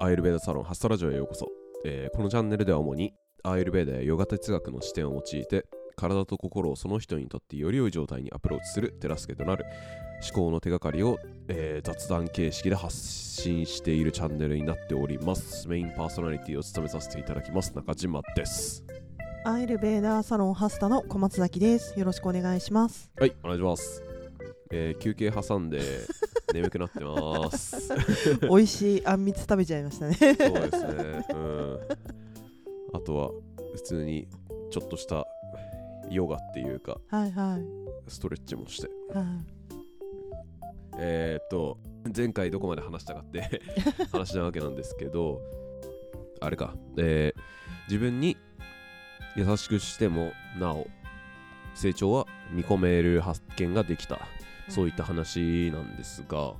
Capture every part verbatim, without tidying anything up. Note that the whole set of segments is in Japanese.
アーユルヴェーダサロンハスタラジオへようこそ、えー、このチャンネルでは主にアーユルヴェーダやヨガ哲学の視点を用いて体と心をその人にとってより良い状態にアプローチする手助けとなる思考の手がかりを、えー、雑談形式で発信しているチャンネルになっております。メインパーソナリティを務めさせていただきます中島です。 アーユルヴェーダサロンハスタの小松崎です。よろしくお願いします。 はい、お願いします。えー、休憩挟んで眠くなってます美味しいあんみつ食べちゃいましたねそうですね、うん、あとは普通にちょっとしたヨガっていうか、 はいはい、 ストレッチもして、 はい、 えー、っと前回どこまで話したかって話なわけなんですけど、あれか、えー、自分に優しくしてもなお成長は見込める発見ができた、そういった話なんですが、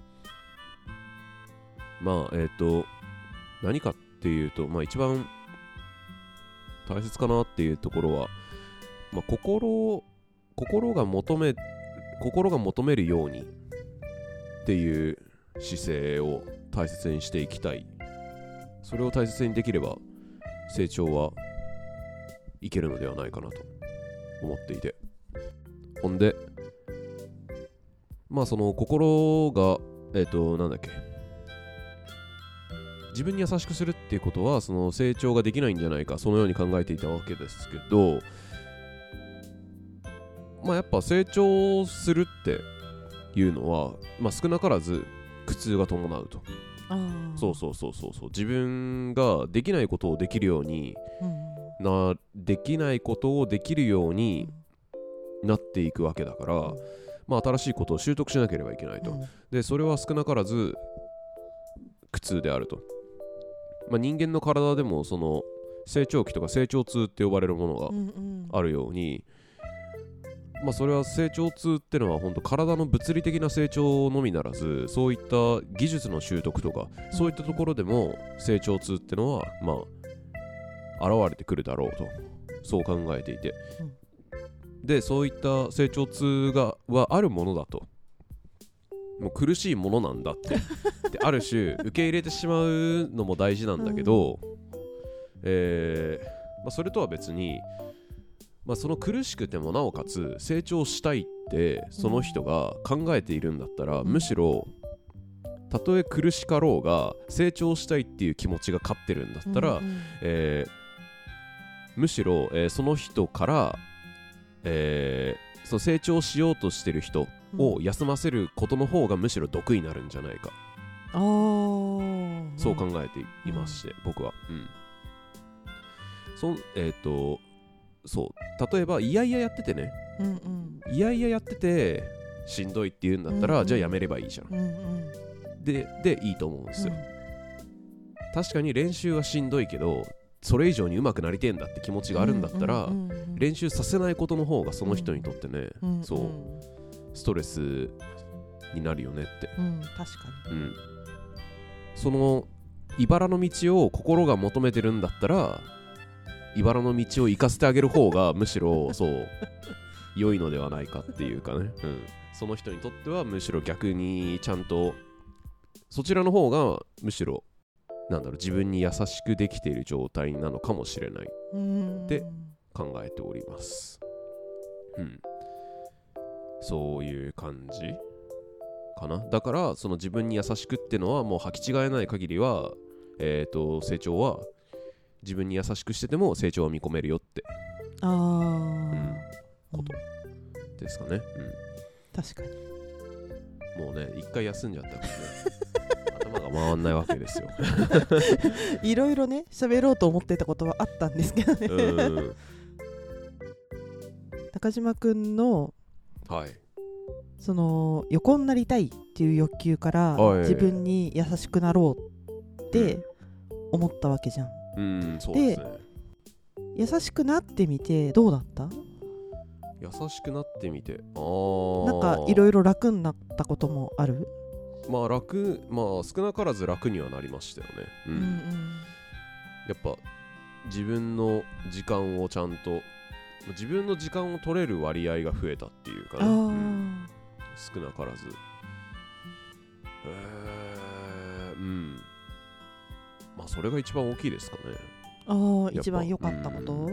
まあえっと何かっていうと、まあ一番大切かなっていうところは、まあ、心心が求め心が求めるようにっていう姿勢を大切にしていきたい。それを大切にできれば成長はいけるのではないかなと思っていて、ほんでまあその心がえっとなんだっけ自分に優しくするっていうことはその成長ができないんじゃないか、そのように考えていたわけですけど、まあやっぱ成長するっていうのは、まあ、少なからず苦痛が伴うと。 あそうそうそうそうそう、自分ができないことをできるように、うん、なできないことをできるようになっていくわけだから、うん、まあ新しいことを習得しなければいけないと、うん、でそれは少なからず苦痛であると。まあ、人間の体でもその成長期とか成長痛って呼ばれるものがあるように、うんうん、まあそれは成長痛ってのは本当体の物理的な成長のみならず、そういった技術の習得とか、うん、そういったところでも成長痛ってのはまあ現れてくるだろうと、そう考えていて、うん、でそういった成長痛がはあるものだと、もう苦しいものなんだってである種受け入れてしまうのも大事なんだけど、うん、えーまあ、それとは別に、まあ、その苦しくてもなおかつ成長したいってその人が考えているんだったら、うん、むしろたとえ苦しかろうが成長したいっていう気持ちが勝ってるんだったら、うんうん、えー、むしろ、えー、その人から、えー、その成長しようとしてる人を休ませることの方がむしろ得になるんじゃないか、 あー、 そう考えていまして、うん、僕は、うん、そえっ、ー、とそう例えばいやいややっててね、うんうん、いやいややっててしんどいって言うんだったら、うんうん、じゃあやめればいいじゃん、うんうん、ででいいと思うんですよ、うん、確かに練習はしんどいけどそれ以上に上手くなりてえんだって気持ちがあるんだったら、うんうんうんうん、練習させないことの方がその人にとってね、うんうん、そうストレスになるよねって、 うん、確かに、うん、 その茨の道を心が求めてるんだったら茨の道を行かせてあげる方がむしろそう良いのではないかっていうかね、うん、その人にとってはむしろ逆にちゃんとそちらの方がむしろなんだろう、自分に優しくできている状態なのかもしれないって考えております。うん、そういう感じかな。だからその自分に優しくってのはもう履き違えない限りは、えーと成長は自分に優しくしてても成長は見込めるよって、 あー、 うん、ことですかね、うん、 確かにもうね一回休んじゃったからね頭が回んないわけですよいろいろね喋ろうと思ってたことはあったんですけどねうん中島くんの、 はい、 その横になりたいっていう欲求から自分に優しくなろうって思ったわけじゃん、 うん、そうですね。 優しくなってみてどうだった？ 優しくなってみて、あー、 なんかいろいろ楽になったこともある？ まあ楽、まあ少なからず楽にはなりましたよね、うんうんうん、やっぱ自分の時間をちゃんと自分の時間を取れる割合が増えたっていうかね、うん、少なからず、えー、うんまあそれが一番大きいですかね。 ああ、一番良かったこと、うんうん、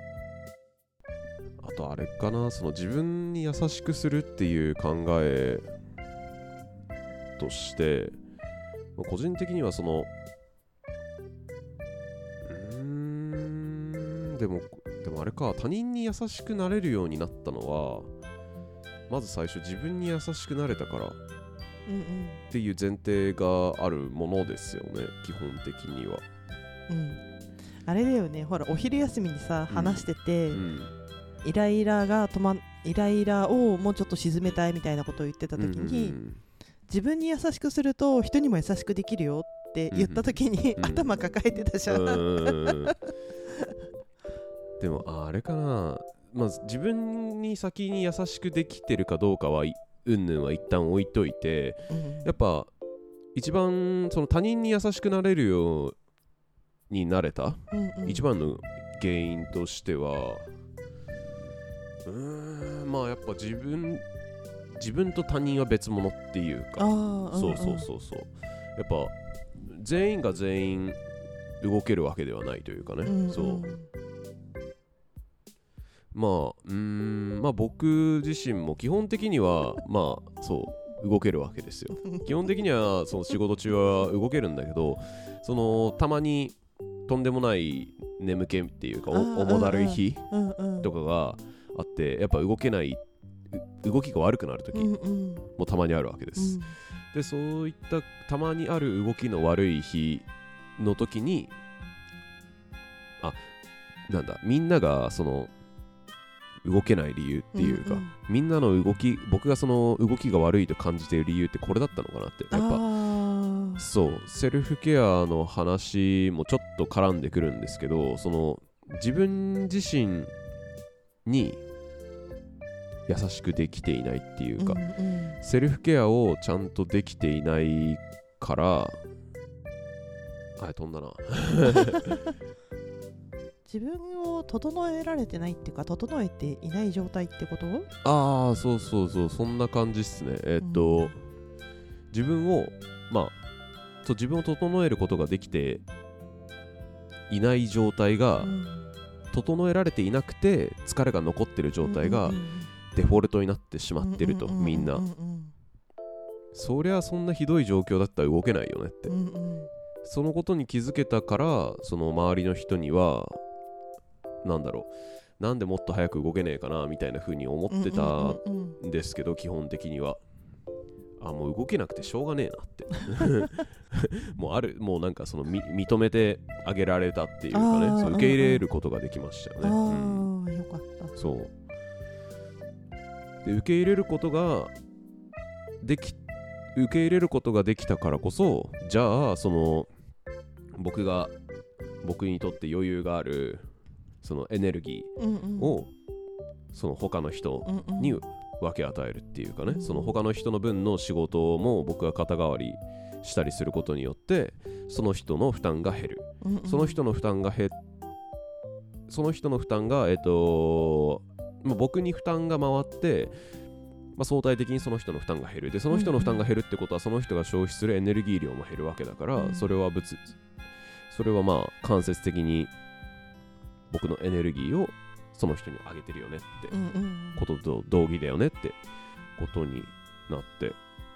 あとあれかな、その自分に優しくするっていう考えとして、まあ、個人的にはそのうーんでもでもあれか、他人に優しくなれるようになったのはまず最初自分に優しくなれたからっていう前提があるものですよね、基本的には。 うん、あれだよね、ほらお昼休みにさ話してて、うんうん、イライラが止まんイライラをもうちょっと沈めたいみたいなことを言ってた時に、うんうんうん、自分に優しくすると人にも優しくできるよって言った時に、うんうん、頭抱えてたじゃん、うん、 でもあれかな、まあ、自分に先に優しくできてるかどうかはうんぬんは一旦置いといて、うん、やっぱ一番その他人に優しくなれるようになれた、うんうん、一番の原因としてはうーんまあやっぱ自分自分と他人は別物っていうか、そうそうそうそう、やっぱ全員が全員動けるわけではないというかね、うんうん、そうまあうーんまあ僕自身も基本的にはまあそう動けるわけですよ基本的にはその仕事中は動けるんだけど、そのたまにとんでもない眠気っていうか重だるい日とかがあって、やっぱ動けない動きが悪くなる時もたまにあるわけです、うんうん、でそういったたまにある動きの悪い日の時にあなんだみんながその動けない理由っていうか、うんうん、みんなの動き僕がその動きが悪いと感じている理由ってこれだったのかなって、やっぱそうセルフケアの話もちょっと絡んでくるんですけど、その自分自身に優しくできていないっていうか、うんうん、セルフケアをちゃんとできていないからあ飛んだな自分を整えられてないっていうか整えていない状態ってこと？ ああそうそうそうそんな感じっすね。えー、っと、うん、自分をまあそう自分を整えることができていない状態が、うん、整えられていなくて疲れが残ってる状態が、うんうんうん、デフォルトになってしまってると、うんうんうんうん、みんなそりゃそんなひどい状況だったら動けないよねって、うんうん、そのことに気づけたからその周りの人にはなんだろうなんでもっと早く動けねえかなみたいな風に思ってたんですけど、うんうんうんうん、基本的にはあもう動けなくてしょうがねえなってもうあるもうなんかそのみ認めてあげられたっていうかね、そう受け入れることができましたよね。あ、 うん、よかった。 そうで受け入れることができ受け入れることができたからこそ、じゃあその僕が僕にとって余裕があるそのエネルギーを、うんうん、その他の人に分け与えるっていうかね、うんうん、その他の人の分の仕事も僕が肩代わりしたりすることによってその人の負担が減る、うんうん、その人の負担が減その人の負担がえっとまあ、僕に負担が回って、まあ、相対的にその人の負担が減る。でその人の負担が減るってことはその人が消費するエネルギー量も減るわけだから、うん、それは物それはまあ間接的に僕のエネルギーをその人にあげてるよねってことと同義だよねってことになって、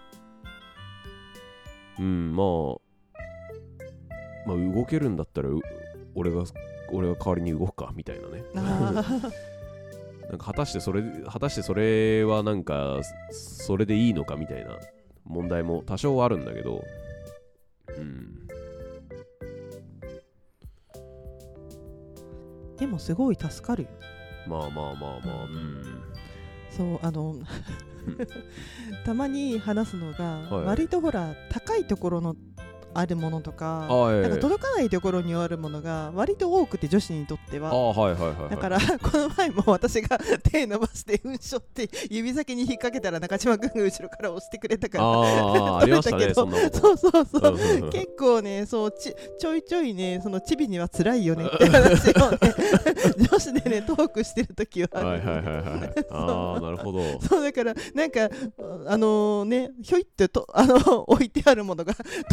うんまあまあ動けるんだったら俺が俺が代わりに動くかみたいなねなんか果たしてそれ果たしてそれはなんかそれでいいのかみたいな問題も多少あるんだけど、うんでもすごい助かるよ。 まあまあまあまあ、うん、 そうあのたまに話すのが、はい、割とほら高いところのあるものとか、なんか届かないところにあるものが割と多くて女子にとっては、 あ、はいはいはいはい、 だからこの前も私が手伸ばしてうんしょって指先に引っ掛けたら中島君が後ろから押してくれたからあありましたねそんなことそうそうそう、うんうん、結構ねそう ち, ちょいちょいねそのチビには辛いよねって話をね女子でねトークしてるときははいはいはいはいああなるほどそうだからなんかあのー、ねひょいってとあの置いてあるものが届かない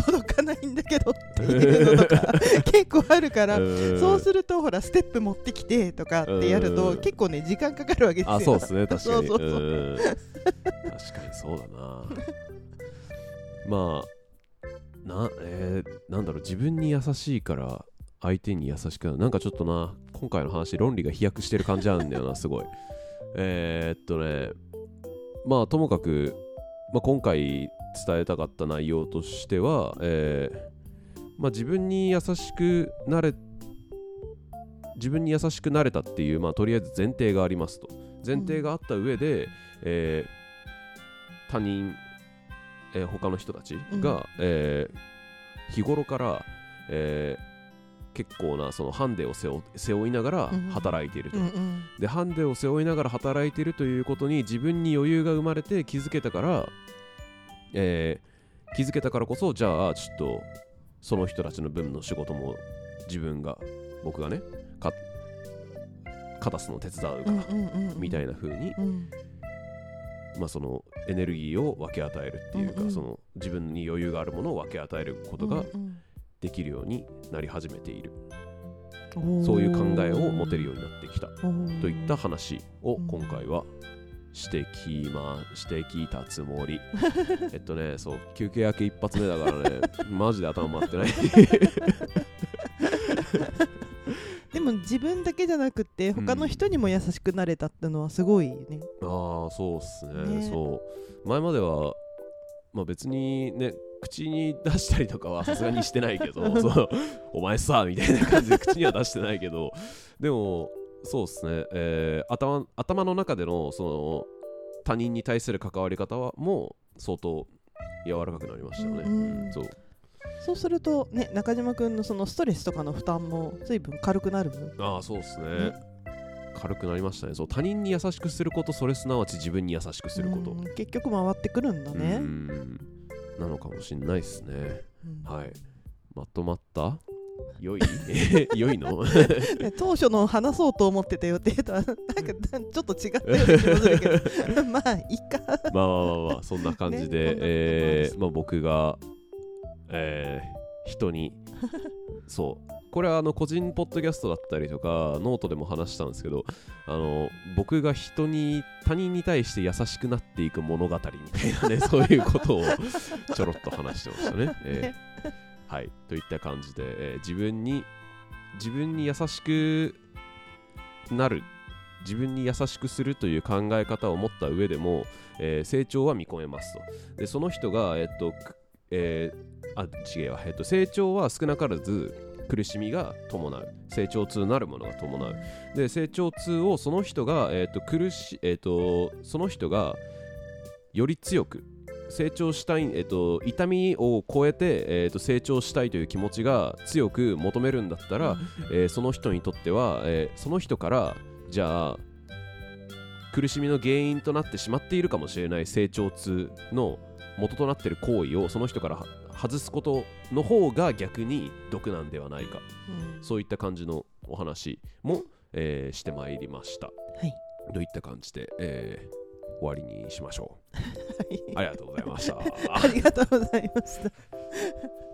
ないんだけどっていうのとか結構あるから、そうするとほらステップ持ってきてとかってやると結構ね時間かかるわけですよ。 あ、そうですね、確かに。 そうそうそううん確かにそうだな。まあな、えー、なんだろう、自分に優しいから相手に優しくなる。なんかちょっとな、今回の話論理が飛躍してる感じなんだよな、すごい。えー、っとね、まあともかく、まあ、今回伝えたかった内容としては、えーまあ、自分に優しくなれ自分に優しくなれたっていう、まあ、とりあえず前提がありますと。前提があった上で、うんえー、他人、えー、他の人たちが、うんえー、日頃から、えー結構なそのハンデを背負、背負いながら働いていると、うんうん、でハンデを背負いながら働いているということに自分に余裕が生まれて気づけたから、えー、気づけたからこそ、じゃあちょっとその人たちの分の仕事も自分が僕がねか片すの手伝うから、うんうんうん、みたいな風に、うん、まあそのエネルギーを分け与えるっていうか、うんうん、その自分に余裕があるものを分け与えることが、うんうんできるようになり始めている。そういう考えを持てるようになってきたといった話を今回はしてきましてきたつもりえっとねそう休憩明け一発目だからねマジで頭回ってないでも自分だけじゃなくて他の人にも優しくなれたってのはすごいね、 うん、ああそうっす ね, ねそう前まではまあ別にね口に出したりとかはさすがにしてないけどそうお前さみたいな感じで口には出してないけどでもそうですね、えー、頭, 頭の中でのその他人に対する関わり方はもう相当柔らかくなりましたよね、うんうん、そうそうするとね中島くんのそのストレスとかの負担も随分軽くなる。 ああそうですね、ね軽くなりましたね。そう他人に優しくすること、それすなわち自分に優しくすること、 結局回ってくるんだね。 うんなのかもしれないですね、うん、はいまとまった良い良いの当初の話そうと思ってた予定とはなんかちょっと違ったような気もするけどまあいいかまあまあまあまあそんな感じで、ねえーまあ、僕が、えー、人にそうこれはあの個人ポッドキャストだったりとかノートでも話したんですけど、あの僕が人に他人に対して優しくなっていく物語みたいなねそういうことをちょろっと話してましたね、えー、はいといった感じで、えー、自分に自分に優しくなる自分に優しくするという考え方を持った上でも、えー、成長は見込めますと。でその人がえっと、えー、あ違うわ、えっと、成長は少なからず苦しみが伴う、成長痛なるものが伴う。で成長痛をその人が、えーと苦しえーとその人がより強く成長したい、えーと痛みを超えて、えーと成長したいという気持ちが強く求めるんだったら、えー、その人にとっては、えー、その人からじゃあ苦しみの原因となってしまっているかもしれない成長痛の元となっている行為をその人から外すことの方が逆に毒なんではないか、うん、そういった感じのお話も、えー、してまいりました、はい、といった感じで、えー、終わりにしましょう、はい、ありがとうございましたありがとうございました